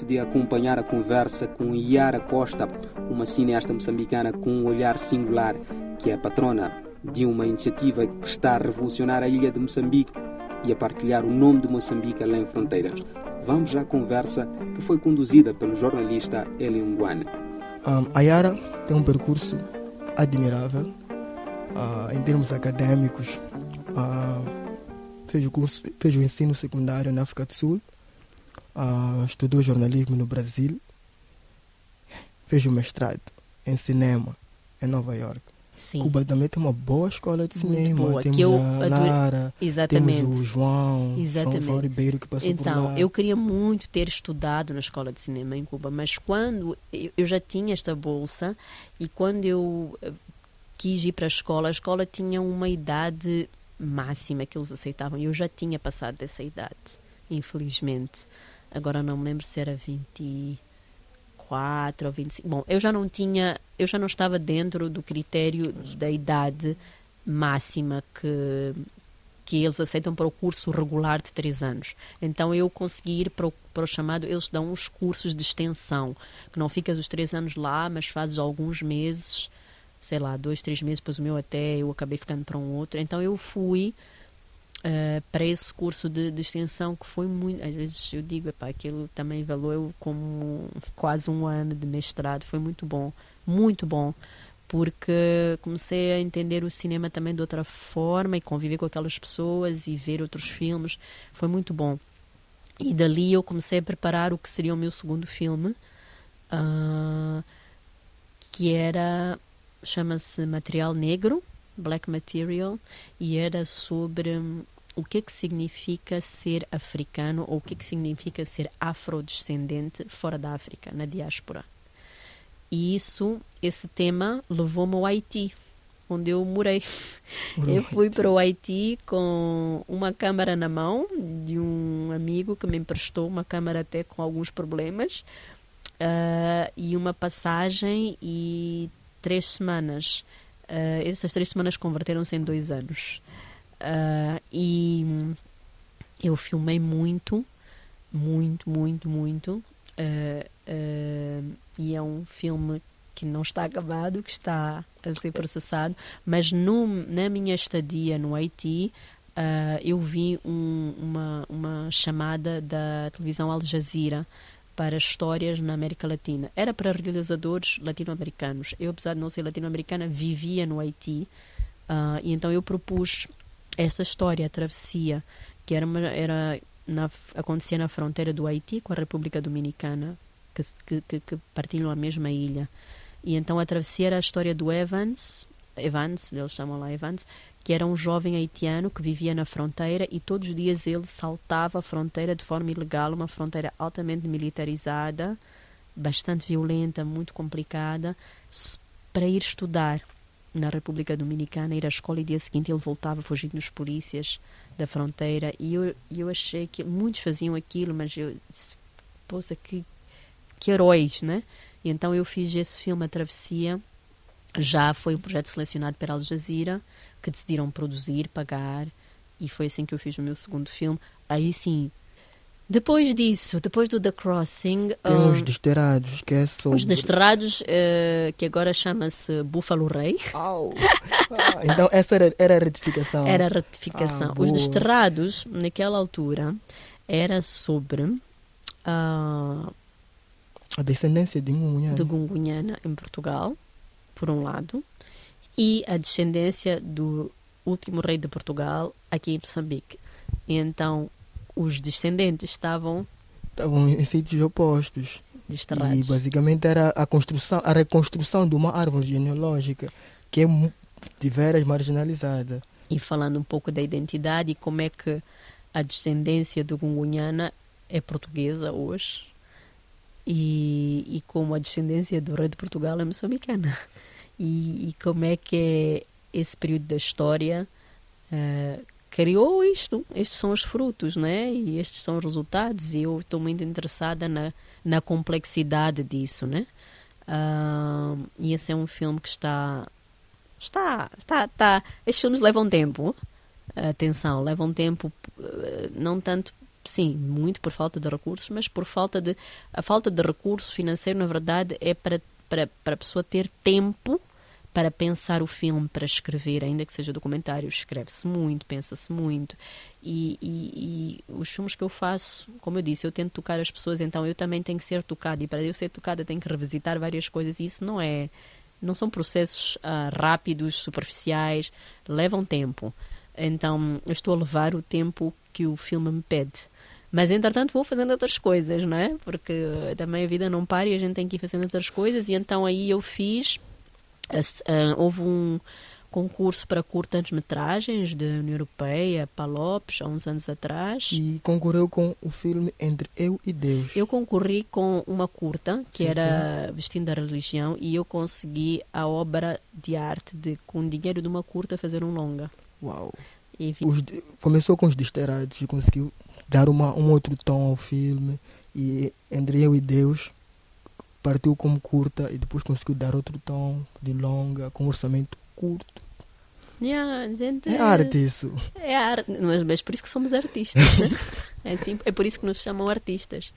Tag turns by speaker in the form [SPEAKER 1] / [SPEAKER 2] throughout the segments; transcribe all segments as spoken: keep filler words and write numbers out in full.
[SPEAKER 1] de acompanhar a conversa com Yara Costa, uma cineasta moçambicana com um olhar singular, que é a patrona de uma iniciativa que está a revolucionar a ilha de Moçambique e a partilhar o nome de Moçambique além fronteiras. Vamos à conversa que foi conduzida pelo jornalista Eli Ngwane.
[SPEAKER 2] Um, a Yara tem um percurso admirável uh, em termos acadêmicos. Uh, fez, o curso, fez o ensino secundário na África do Sul, uh, estudou jornalismo no Brasil, fez o mestrado em cinema em Nova York.
[SPEAKER 3] Sim.
[SPEAKER 2] Cuba também tem uma boa escola de
[SPEAKER 3] Muito
[SPEAKER 2] cinema.
[SPEAKER 3] boa,
[SPEAKER 2] Temos
[SPEAKER 3] que eu
[SPEAKER 2] a
[SPEAKER 3] adoro...
[SPEAKER 2] Lara,
[SPEAKER 3] Exatamente.
[SPEAKER 2] temos o João,
[SPEAKER 3] Exatamente.
[SPEAKER 2] João Ribeiro que passou
[SPEAKER 3] então,
[SPEAKER 2] por lá.
[SPEAKER 3] eu queria muito ter estudado na escola de cinema em Cuba, mas quando eu, eu já tinha esta bolsa e quando eu quis ir para a escola, a escola tinha uma idade máxima que eles aceitavam e eu já tinha passado dessa idade, infelizmente. Agora não me lembro se era vinte e quatro ou vinte e cinco. Bom, eu já não tinha, eu já não estava dentro do critério da idade máxima que, que eles aceitam para o curso regular de três anos. Então eu consegui ir para o, para o chamado, eles dão uns cursos de extensão, que não ficas os três anos lá, mas fazes alguns meses, sei lá, dois, três meses, depois o meu até eu acabei ficando para um outro. Então eu fui Uh, para esse curso de, de extensão que foi muito, às vezes eu digo, epá, aquilo também valeu como quase um ano de mestrado, foi muito bom, muito bom, porque comecei a entender o cinema também de outra forma e conviver com aquelas pessoas e ver outros filmes, foi muito bom. E dali eu comecei a preparar o que seria o meu segundo filme, uh, que era, chama-se Material Negro, Black Material, e era sobre um, o que é que significa ser africano ou o que é que significa ser afrodescendente fora da África, na diáspora. E isso, esse tema levou-me ao Haiti, onde eu morei. Eu fui para o Haiti com uma câmara na mão de um amigo que me emprestou uma câmara até com alguns problemas uh, e uma passagem e três semanas. Uh, essas três semanas converteram-se em dois anos. Uh, e eu filmei muito, muito, muito, muito. Uh, uh, e é um filme que não está acabado, que está a ser processado. Mas no, na minha estadia no Haiti, uh, eu vi um, uma, uma chamada da televisão Al Jazeera para histórias na América Latina. Era para realizadores latino-americanos. Eu, apesar de não ser latino-americana, vivia no Haiti. Uh, e então eu propus essa história, a travessia, que era, uma, era na, acontecia na fronteira do Haiti com a República Dominicana, que, que, que partilham a mesma ilha. E então a travessia era a história do Evans, Evans, eles chamam lá Evans, que era um jovem haitiano que vivia na fronteira e todos os dias ele saltava a fronteira de forma ilegal, uma fronteira altamente militarizada, bastante violenta, muito complicada, para ir estudar na República Dominicana, ir à escola e dia seguinte ele voltava fugindo dos polícias da fronteira. E eu, eu achei que muitos faziam aquilo, mas eu disse, poxa, que, que heróis, né? E então eu fiz esse filme, A Travessia. Já foi um projeto selecionado pela Al Jazeera, que decidiram produzir, pagar, e foi assim que eu fiz o meu segundo filme. Aí sim, depois disso, depois do The Crossing...
[SPEAKER 2] Tem
[SPEAKER 3] um,
[SPEAKER 2] Os Desterrados, que é sobre...
[SPEAKER 3] Os Desterrados, uh, que agora chama-se Búfalo Rei.
[SPEAKER 2] Oh. Ah, então essa era, era a retificação.
[SPEAKER 3] Era a retificação.
[SPEAKER 2] Ah,
[SPEAKER 3] Os
[SPEAKER 2] boa.
[SPEAKER 3] Desterrados, naquela altura, era sobre... Uh,
[SPEAKER 2] a descendência de Ngunhana.
[SPEAKER 3] de Gungunhana, em Portugal, por um lado, e a descendência do último rei de Portugal aqui em Moçambique. E então os descendentes estavam
[SPEAKER 2] estavam em sítios opostos.
[SPEAKER 3] desterrados.
[SPEAKER 2] E basicamente era a construção, a reconstrução de uma árvore genealógica que é de veras marginalizada.
[SPEAKER 3] E falando um pouco da identidade e como é que a descendência de Gungunhana é portuguesa hoje e, e como a descendência do rei de Portugal é moçambicana. E, e como é que é esse período da história uh, criou isto. Estes são os frutos, né? E estes são os resultados. E eu estou muito interessada na, na complexidade disso, né? Uh, e esse é um filme que está... Está, está, está. Estes filmes levam tempo. Atenção, levam tempo, uh, não tanto sim, muito por falta de recursos, mas por falta de... A falta de recurso financeiro, na verdade, é para, para, para a pessoa ter tempo para pensar o filme, para escrever, ainda que seja documentário, escreve-se muito, pensa-se muito. E, e, e os filmes que eu faço, como eu disse, eu tento tocar as pessoas, então eu também tenho que ser tocada. E para eu ser tocada, tenho que revisitar várias coisas. E isso não é... Não são processos ah, rápidos, superficiais, levam tempo. Então, eu estou a levar o tempo que o filme me pede. Mas, entretanto, vou fazendo outras coisas, não é? Porque também a vida não para e a gente tem que ir fazendo outras coisas. E então aí eu fiz... Uh, houve um concurso para curtas-metragens da União Europeia, Palopes, há uns anos atrás.
[SPEAKER 2] E concorreu com o filme Entre Eu e Deus.
[SPEAKER 3] Eu concorri com uma curta, que
[SPEAKER 2] sim,
[SPEAKER 3] era
[SPEAKER 2] sim.
[SPEAKER 3] Vestindo da Religião, e eu consegui a obra de arte de, com dinheiro de uma curta, fazer um longa.
[SPEAKER 2] Uau!
[SPEAKER 3] E vi...
[SPEAKER 2] Os, começou com Os Desterrados e conseguiu dar uma, um outro tom ao filme. E Entre Eu e Deus partiu como curta e depois conseguiu dar outro tom de longa, com orçamento curto.
[SPEAKER 3] Yeah, gente,
[SPEAKER 2] é arte isso.
[SPEAKER 3] É arte, mas, mas por isso que somos artistas, né? é, assim, é por isso que nos chamam artistas.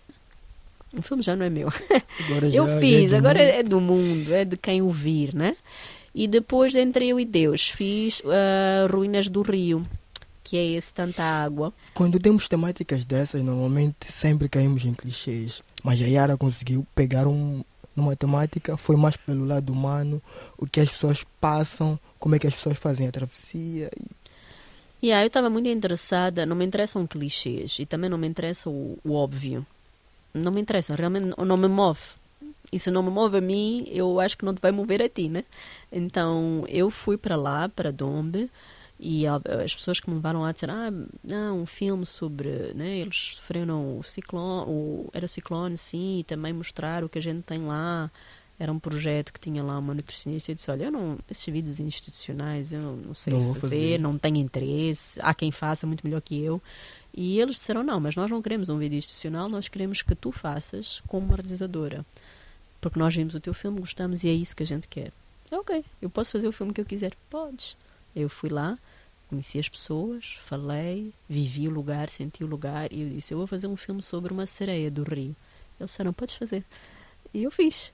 [SPEAKER 3] O filme já não é meu.
[SPEAKER 2] Agora
[SPEAKER 3] eu
[SPEAKER 2] já,
[SPEAKER 3] fiz,
[SPEAKER 2] já é
[SPEAKER 3] agora
[SPEAKER 2] mundo.
[SPEAKER 3] é do mundo, é de quem ouvir, né? E depois, Entre Eu e Deus, fiz uh, Ruínas do Rio, que é esse Tanta Água.
[SPEAKER 2] Quando temos temáticas dessas, normalmente sempre caímos em clichês. Mas a Yara conseguiu pegar um, numa temática, foi mais pelo lado humano, o que as pessoas passam, como é que as pessoas fazem a travessia. E...
[SPEAKER 3] Yeah, eu estava muito interessada, não me interessam clichês e também não me interessa o, o óbvio. Não me interessa, realmente não me move. E se não me move a mim, eu acho que não te vai mover a ti, né? Então, eu fui para lá, para Dombe, e as pessoas que me levaram lá disseram, ah, não, um filme sobre, né, eles sofreram o ciclone, o, era o ciclone, sim, e também mostrar o que a gente tem lá. Era um projeto que tinha lá uma nutricionista e eu disse, olha, eu não, esses vídeos institucionais eu não sei
[SPEAKER 2] não
[SPEAKER 3] fazer,
[SPEAKER 2] fazer,
[SPEAKER 3] não tenho interesse, há quem faça muito melhor que eu. E eles disseram, não, mas nós não queremos um vídeo institucional, nós queremos que tu faças como uma realizadora. Porque nós vimos o teu filme, gostamos e é isso que a gente quer. Ok, eu posso fazer o filme que eu quiser? Podes. Eu fui lá, conheci as pessoas, falei, vivi o lugar, senti o lugar e eu disse, eu vou fazer um filme sobre uma sereia do Rio. Eles disseram, podes fazer. E eu fiz.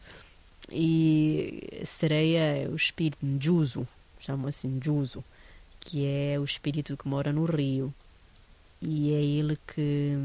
[SPEAKER 3] E sereia é o espírito Njuzu, chamam assim Njuzu, que é o espírito que mora no rio. E é ele que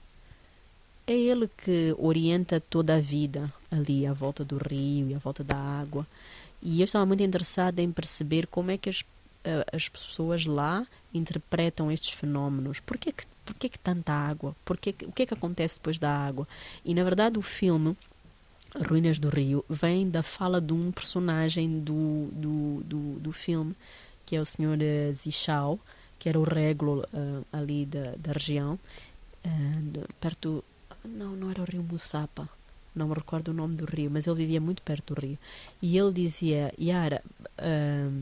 [SPEAKER 3] é ele que orienta toda a vida ali à volta do rio e à volta da água. E eu estava muito interessada em perceber como é que as, as pessoas lá interpretam estes fenómenos. Porquê que, porquê que tanta água? Porquê que, o que é que acontece depois da água? E na verdade o filme Ruínas do Rio vem da fala de um personagem do, do, do, do filme, que é o senhor uh, Zichao, que era o régulo uh, ali da, da região, uh, de, perto, não, não era o rio Mussapa, não me recordo o nome do rio, mas ele vivia muito perto do rio. E ele dizia, Yara, uh,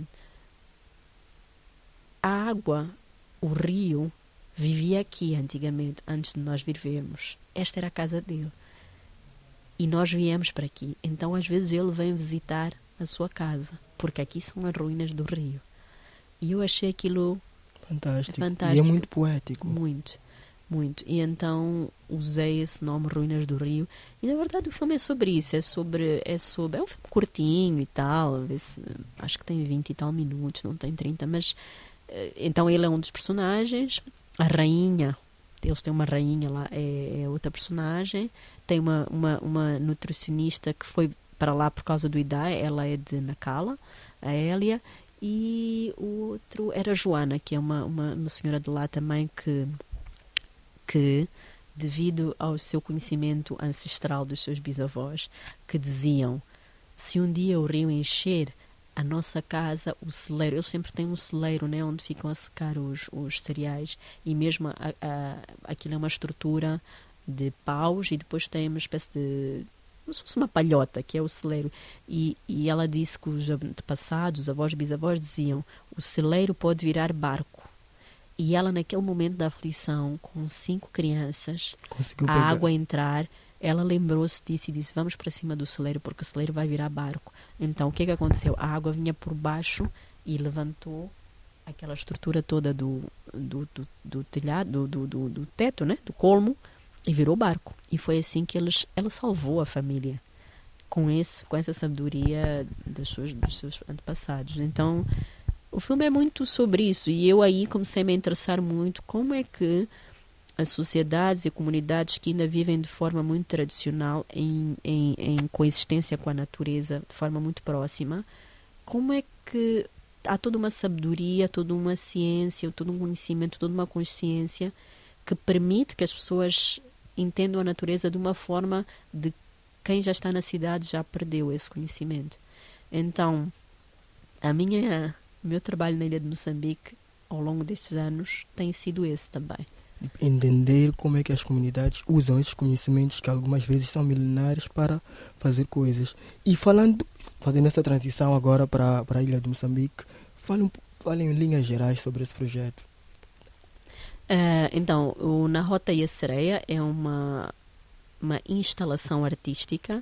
[SPEAKER 3] a água, o rio, vivia aqui antigamente, antes de nós vivermos. Esta era a casa dele. E nós viemos para aqui. Então, às vezes, ele vem visitar a sua casa, porque aqui são as ruínas do rio. E eu achei aquilo
[SPEAKER 2] fantástico.
[SPEAKER 3] fantástico.
[SPEAKER 2] E é muito poético.
[SPEAKER 3] Muito, muito. E então usei esse nome, Ruínas do Rio. E, na verdade, o filme é sobre isso. É sobre... É, sobre, é um filme curtinho e tal. Acho que tem vinte e tal minutos, não tem trinta. Mas, então, ele é um dos personagens. A rainha... Eles têm uma rainha lá, é, é outra personagem. Tem uma, uma, uma nutricionista que foi para lá por causa do I D A, ela é de Nacala, a Hélia. E o outro era a Joana, que é uma, uma, uma senhora de lá também que, que, devido ao seu conhecimento ancestral dos seus bisavós, que diziam, se um dia o rio encher, a nossa casa, o celeiro, eles sempre têm um celeiro, né, onde ficam a secar os, os cereais, e mesmo a, a, aquilo é uma estrutura de paus e depois tem uma espécie de, como se fosse uma palhota, que é o celeiro. E, e ela disse que os antepassados, os avós e bisavós diziam, o celeiro pode virar barco. E ela, naquele momento da aflição, com cinco crianças,
[SPEAKER 2] conseguiu
[SPEAKER 3] a
[SPEAKER 2] pegar.
[SPEAKER 3] água a entrar, ela lembrou-se disso e disse, vamos para cima do celeiro, porque o celeiro vai virar barco. Então, o que é que aconteceu? A água vinha por baixo e levantou aquela estrutura toda do, do, do, do telhado, do, do, do teto, né? Do colmo, e virou barco. E foi assim que eles, ela salvou a família, com, esse, com essa sabedoria dos seus, dos seus antepassados. Então, o filme é muito sobre isso, e eu aí comecei a me interessar muito como é que as sociedades e comunidades que ainda vivem de forma muito tradicional, em, em, em coexistência com a natureza, de forma muito próxima, como é que há toda uma sabedoria, toda uma ciência, todo um conhecimento, toda uma consciência que permite que as pessoas entendam a natureza de uma forma de quem já está na cidade já perdeu esse conhecimento. Então, a minha, o meu trabalho na ilha de Moçambique, ao longo destes anos, tem sido esse também.
[SPEAKER 2] Entender como é que as comunidades usam esses conhecimentos que algumas vezes são milenares para fazer coisas. E falando, fazendo essa transição agora para, para a ilha de Moçambique, fale, fale em linhas gerais sobre esse projeto.
[SPEAKER 3] Uh, então, o Na Rota e a Sereia é uma, uma instalação artística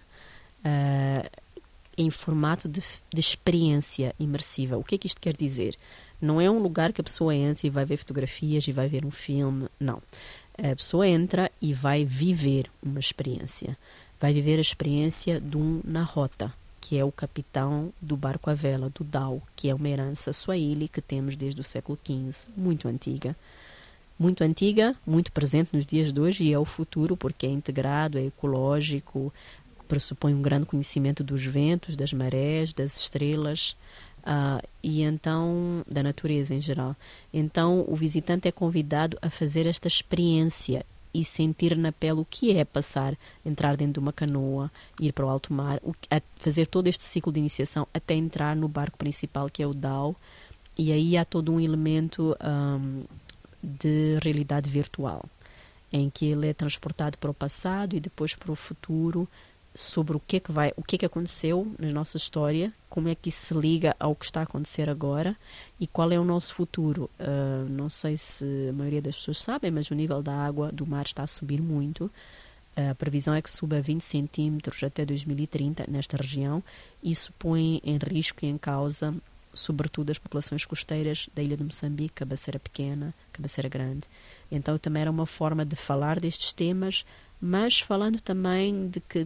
[SPEAKER 3] uh, em formato de, de experiência imersiva. O que é que isto quer dizer? Não é um lugar que a pessoa entra e vai ver fotografias e vai ver um filme, não. A pessoa entra e vai viver uma experiência. Vai viver a experiência de um Na Rota, que é o capitão do barco à vela, do dhow, que é uma herança swahili que temos desde o século quinze, muito antiga. Muito antiga, muito presente nos dias de hoje, e é o futuro porque é integrado, é ecológico, pressupõe um grande conhecimento dos ventos, das marés, das estrelas, uh, e então da natureza em geral. Então o visitante é convidado a fazer esta experiência e sentir na pele o que é passar, entrar dentro de uma canoa, ir para o alto mar, o, a fazer todo este ciclo de iniciação até entrar no barco principal, que é o dhow, e aí há todo um elemento um, de realidade virtual, em que ele é transportado para o passado e depois para o futuro, sobre o que é que vai, o que é que aconteceu na nossa história, como é que isso se liga ao que está a acontecer agora e qual é o nosso futuro. Uh, não sei se a maioria das pessoas sabem, mas o nível da água do mar está a subir muito. Uh, a previsão é que suba vinte centímetros até dois mil e trinta nesta região. Isso põe em risco e em causa sobretudo as populações costeiras da ilha de Moçambique, Cabeceira Pequena, Cabeceira Grande. Então também era uma forma de falar destes temas, mas falando também de que,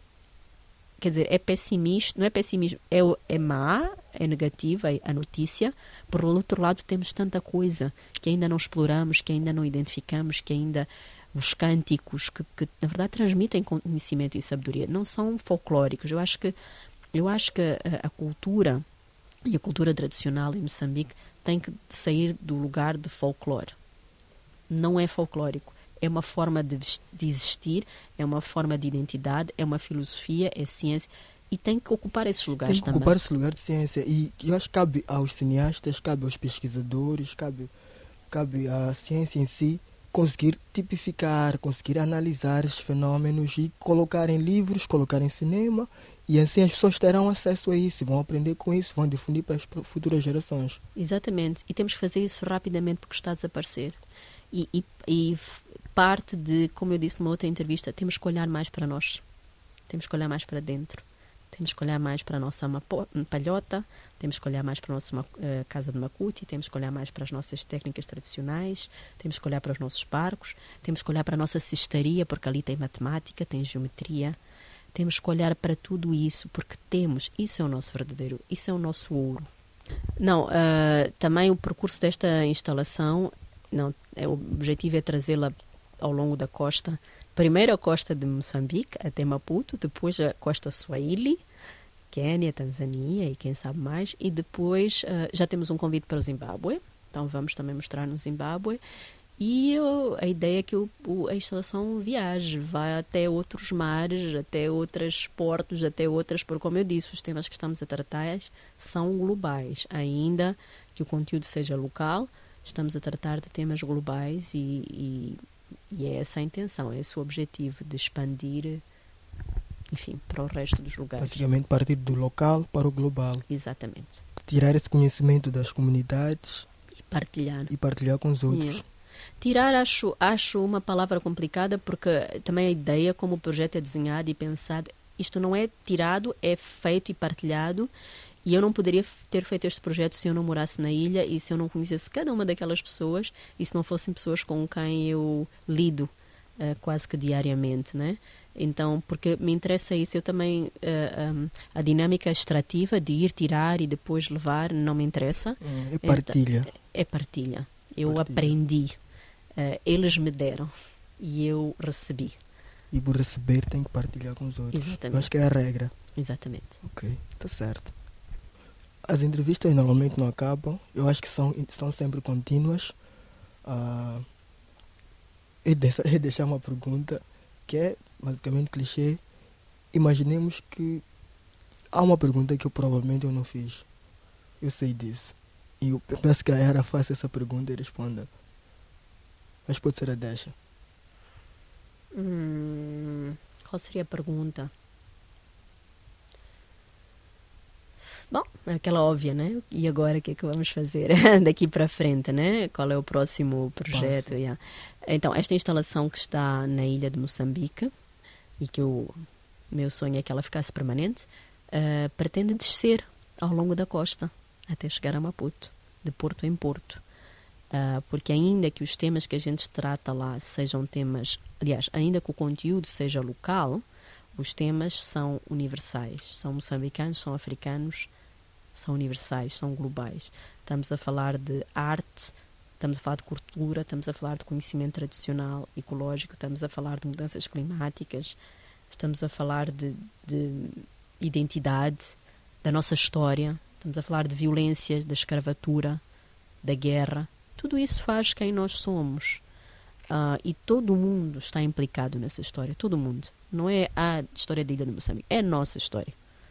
[SPEAKER 3] quer dizer, é pessimista, não é pessimismo, é, é má, é negativa a notícia. Por outro lado, temos tanta coisa que ainda não exploramos, que ainda não identificamos, que ainda os cânticos que, que na verdade transmitem conhecimento e sabedoria, não são folclóricos. Eu acho que, eu acho que a, a cultura e a cultura tradicional em Moçambique tem que sair do lugar de folclore. Não é folclórico. É uma forma de, de existir, é uma forma de identidade, é uma filosofia, é ciência, e tem que ocupar esses lugares também.
[SPEAKER 2] Tem que
[SPEAKER 3] também.
[SPEAKER 2] ocupar esse lugar de ciência, e eu acho que cabe aos cineastas, cabe aos pesquisadores, cabe, cabe à ciência em si, conseguir tipificar, conseguir analisar esses fenómenos e colocar em livros, colocar em cinema, e assim as pessoas terão acesso a isso, vão aprender com isso, vão difundir para as futuras gerações.
[SPEAKER 3] Exatamente, e temos que fazer isso rapidamente porque está a desaparecer. E, e, e parte de, como eu disse numa outra entrevista, temos que olhar mais para nós, temos que olhar mais para dentro, temos que olhar mais para a nossa mapo, palhota, temos que olhar mais para a nossa uh, casa de macuti, temos que olhar mais para as nossas técnicas tradicionais, temos que olhar para os nossos barcos, temos que olhar para a nossa cestaria, porque ali tem matemática, tem geometria. Temos que olhar para tudo isso, porque temos, isso é o nosso verdadeiro, isso é o nosso ouro. Não, uh, também o percurso desta instalação, não, é, o objetivo é trazê-la ao longo da costa, primeiro a costa de Moçambique, até Maputo, depois a costa Swahili, Quênia, Tanzânia e quem sabe mais, e depois uh, já temos um convite para o Zimbábue, então vamos também mostrar no Zimbábue. E uh, a ideia é que o, o, a instalação viaje, vá até outros mares, até outros portos, até outras, porque como eu disse, os temas que estamos a tratar são globais. Ainda que o conteúdo seja local, estamos a tratar de temas globais e, e, e é essa a intenção, é esse o objetivo, de expandir, enfim, para o resto dos lugares.
[SPEAKER 2] Basicamente partir do local para o global.
[SPEAKER 3] Exatamente.
[SPEAKER 2] Tirar esse conhecimento das comunidades
[SPEAKER 3] e partilhar.
[SPEAKER 2] E partilhar com os outros.
[SPEAKER 3] Yeah. Tirar acho, acho uma palavra complicada porque também a ideia como o projeto é desenhado e pensado, isto não é tirado, é feito e partilhado E eu não poderia ter feito este projeto se eu não morasse na ilha e se eu não conhecesse cada uma daquelas pessoas e se não fossem pessoas com quem eu lido uh, quase que diariamente, né? Então, porque me interessa isso, eu também, uh, um, a dinâmica extrativa de ir tirar e depois levar não me interessa.
[SPEAKER 2] Hum, é partilha.
[SPEAKER 3] Então, é partilha. Eu
[SPEAKER 2] partilha.
[SPEAKER 3] aprendi, uh, eles me deram e eu recebi.
[SPEAKER 2] E por receber tem que partilhar com os outros.
[SPEAKER 3] Exatamente.
[SPEAKER 2] Eu acho que é a regra.
[SPEAKER 3] Exatamente.
[SPEAKER 2] Ok, está certo. As entrevistas normalmente não acabam. Eu acho que são, são sempre contínuas. Uh, e deixar, deixar uma pergunta que é basicamente clichê. Imaginemos que há uma pergunta que eu provavelmente eu não fiz. Eu sei disso. E eu peço que a Yara faça essa pergunta e responda. Mas pode ser a deixa.
[SPEAKER 3] Hum, qual seria a pergunta? Bom, aquela óbvia, né? E agora o que é que vamos fazer daqui para frente, né? Qual é o próximo projeto? Yeah. Então, esta instalação que está na ilha de Moçambique e que o meu sonho é que ela ficasse permanente, uh, pretende descer ao longo da costa até chegar a Maputo, de porto em porto. Uh, porque ainda que os temas que a gente trata lá sejam temas, aliás, ainda que o conteúdo seja local, os temas são universais, são moçambicanos, são africanos, são universais, são globais. Estamos a falar de arte, estamos a falar de cultura, estamos a falar de conhecimento tradicional, ecológico, estamos a falar de mudanças climáticas, estamos a falar de, de identidade, da nossa história, estamos a falar de violência, da escravatura, da guerra. Tudo isso faz quem nós somos. Uh, e todo mundo está implicado nessa história, todo mundo. Não é a história da ilha de Moçambique, é a nossa história.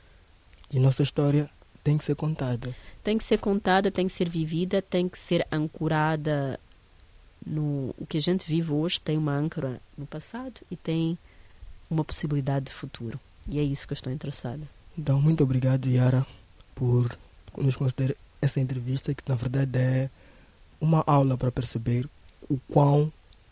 [SPEAKER 2] E nossa história tem que ser contada.
[SPEAKER 3] Tem que ser contada, tem que ser vivida, tem que ser ancorada no... O que a gente vive hoje tem uma âncora no passado e tem uma possibilidade de futuro. E é isso que eu estou interessada.
[SPEAKER 2] Então, muito obrigado, Yara, por nos conceder essa entrevista, que na verdade é uma aula para perceber o quão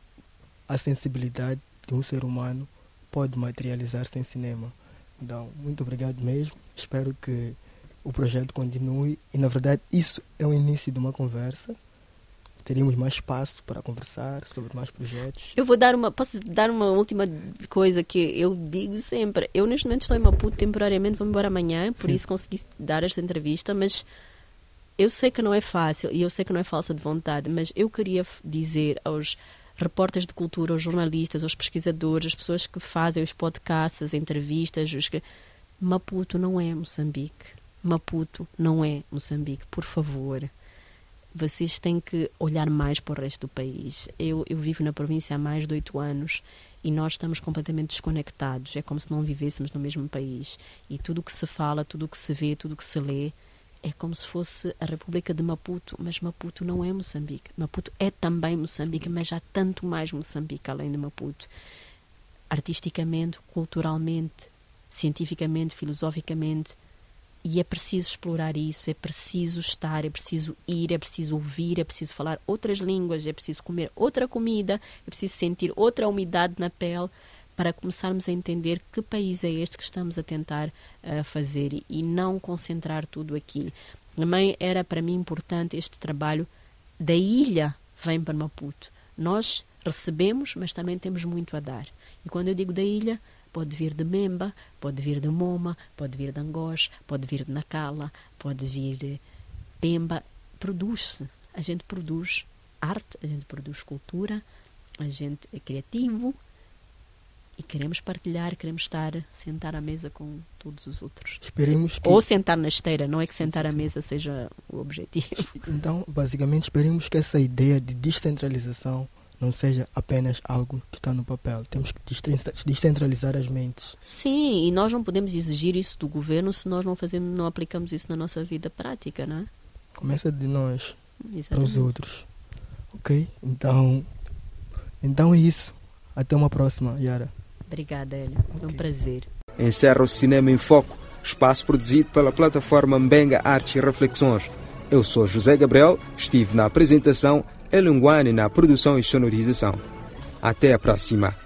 [SPEAKER 2] a sensibilidade de um ser humano pode materializar-se em cinema. Então, muito obrigado mesmo. Espero que o projeto continue e, na verdade, isso é o início de uma conversa. Teríamos mais espaço para conversar sobre mais projetos.
[SPEAKER 3] Eu vou dar uma... Posso dar uma última coisa que eu digo sempre? Eu, neste momento, estou em Maputo temporariamente, vou embora amanhã, por Sim. isso consegui dar esta entrevista, mas eu sei que não é fácil e eu sei que não é falsa de vontade, mas eu queria dizer aos repórteres de cultura, aos jornalistas, aos pesquisadores, as pessoas que fazem os podcasts, as entrevistas, os que... Maputo não é Moçambique. Maputo não é Moçambique. Por favor, vocês têm que olhar mais para o resto do país. Eu, eu vivo na província há mais de oito anos e nós estamos completamente desconectados. É como se não vivêssemos no mesmo país. E tudo o que se fala, tudo o que se vê, tudo o que se lê, é como se fosse a República de Maputo, mas Maputo não é Moçambique. Maputo é também Moçambique, mas há tanto mais Moçambique além de Maputo. Artisticamente, culturalmente, cientificamente, filosoficamente. E é preciso explorar isso, é preciso estar, é preciso ir, é preciso ouvir, é preciso falar outras línguas, é preciso comer outra comida, é preciso sentir outra umidade na pele para começarmos a entender que país é este que estamos a tentar uh, fazer e, e não concentrar tudo aqui. Também era para mim importante este trabalho da ilha vem para Maputo. Nós recebemos, mas também temos muito a dar. E quando eu digo da ilha, pode vir de Memba, pode vir de Moma, pode vir de Angós, pode vir de Nacala, pode vir de Pemba. Produz-se. A gente produz arte, a gente produz cultura, a gente é criativo e queremos partilhar, queremos estar, sentar à mesa com todos os outros.
[SPEAKER 2] Esperemos que...
[SPEAKER 3] Ou sentar na esteira, não é que sentar sim, sim, sim. à mesa seja o objetivo.
[SPEAKER 2] Então, basicamente, esperemos que essa ideia de descentralização não seja apenas algo que está no papel. Temos que descentralizar as mentes.
[SPEAKER 3] Sim, e nós não podemos exigir isso do governo se nós não fazemos, não aplicamos isso na nossa vida prática, não é?
[SPEAKER 2] Começa de nós
[SPEAKER 3] Exatamente.
[SPEAKER 2] Para os outros. Ok? Então, então é isso. Até uma próxima, Yara.
[SPEAKER 3] Obrigada, Hélio. Foi um prazer.
[SPEAKER 1] Encerra o Cinema em Foco, espaço produzido pela plataforma Mbenga Artes e Reflexões. Eu sou José Gabriel, estive na apresentação, Elenguane na produção e sonorização. Até a próxima.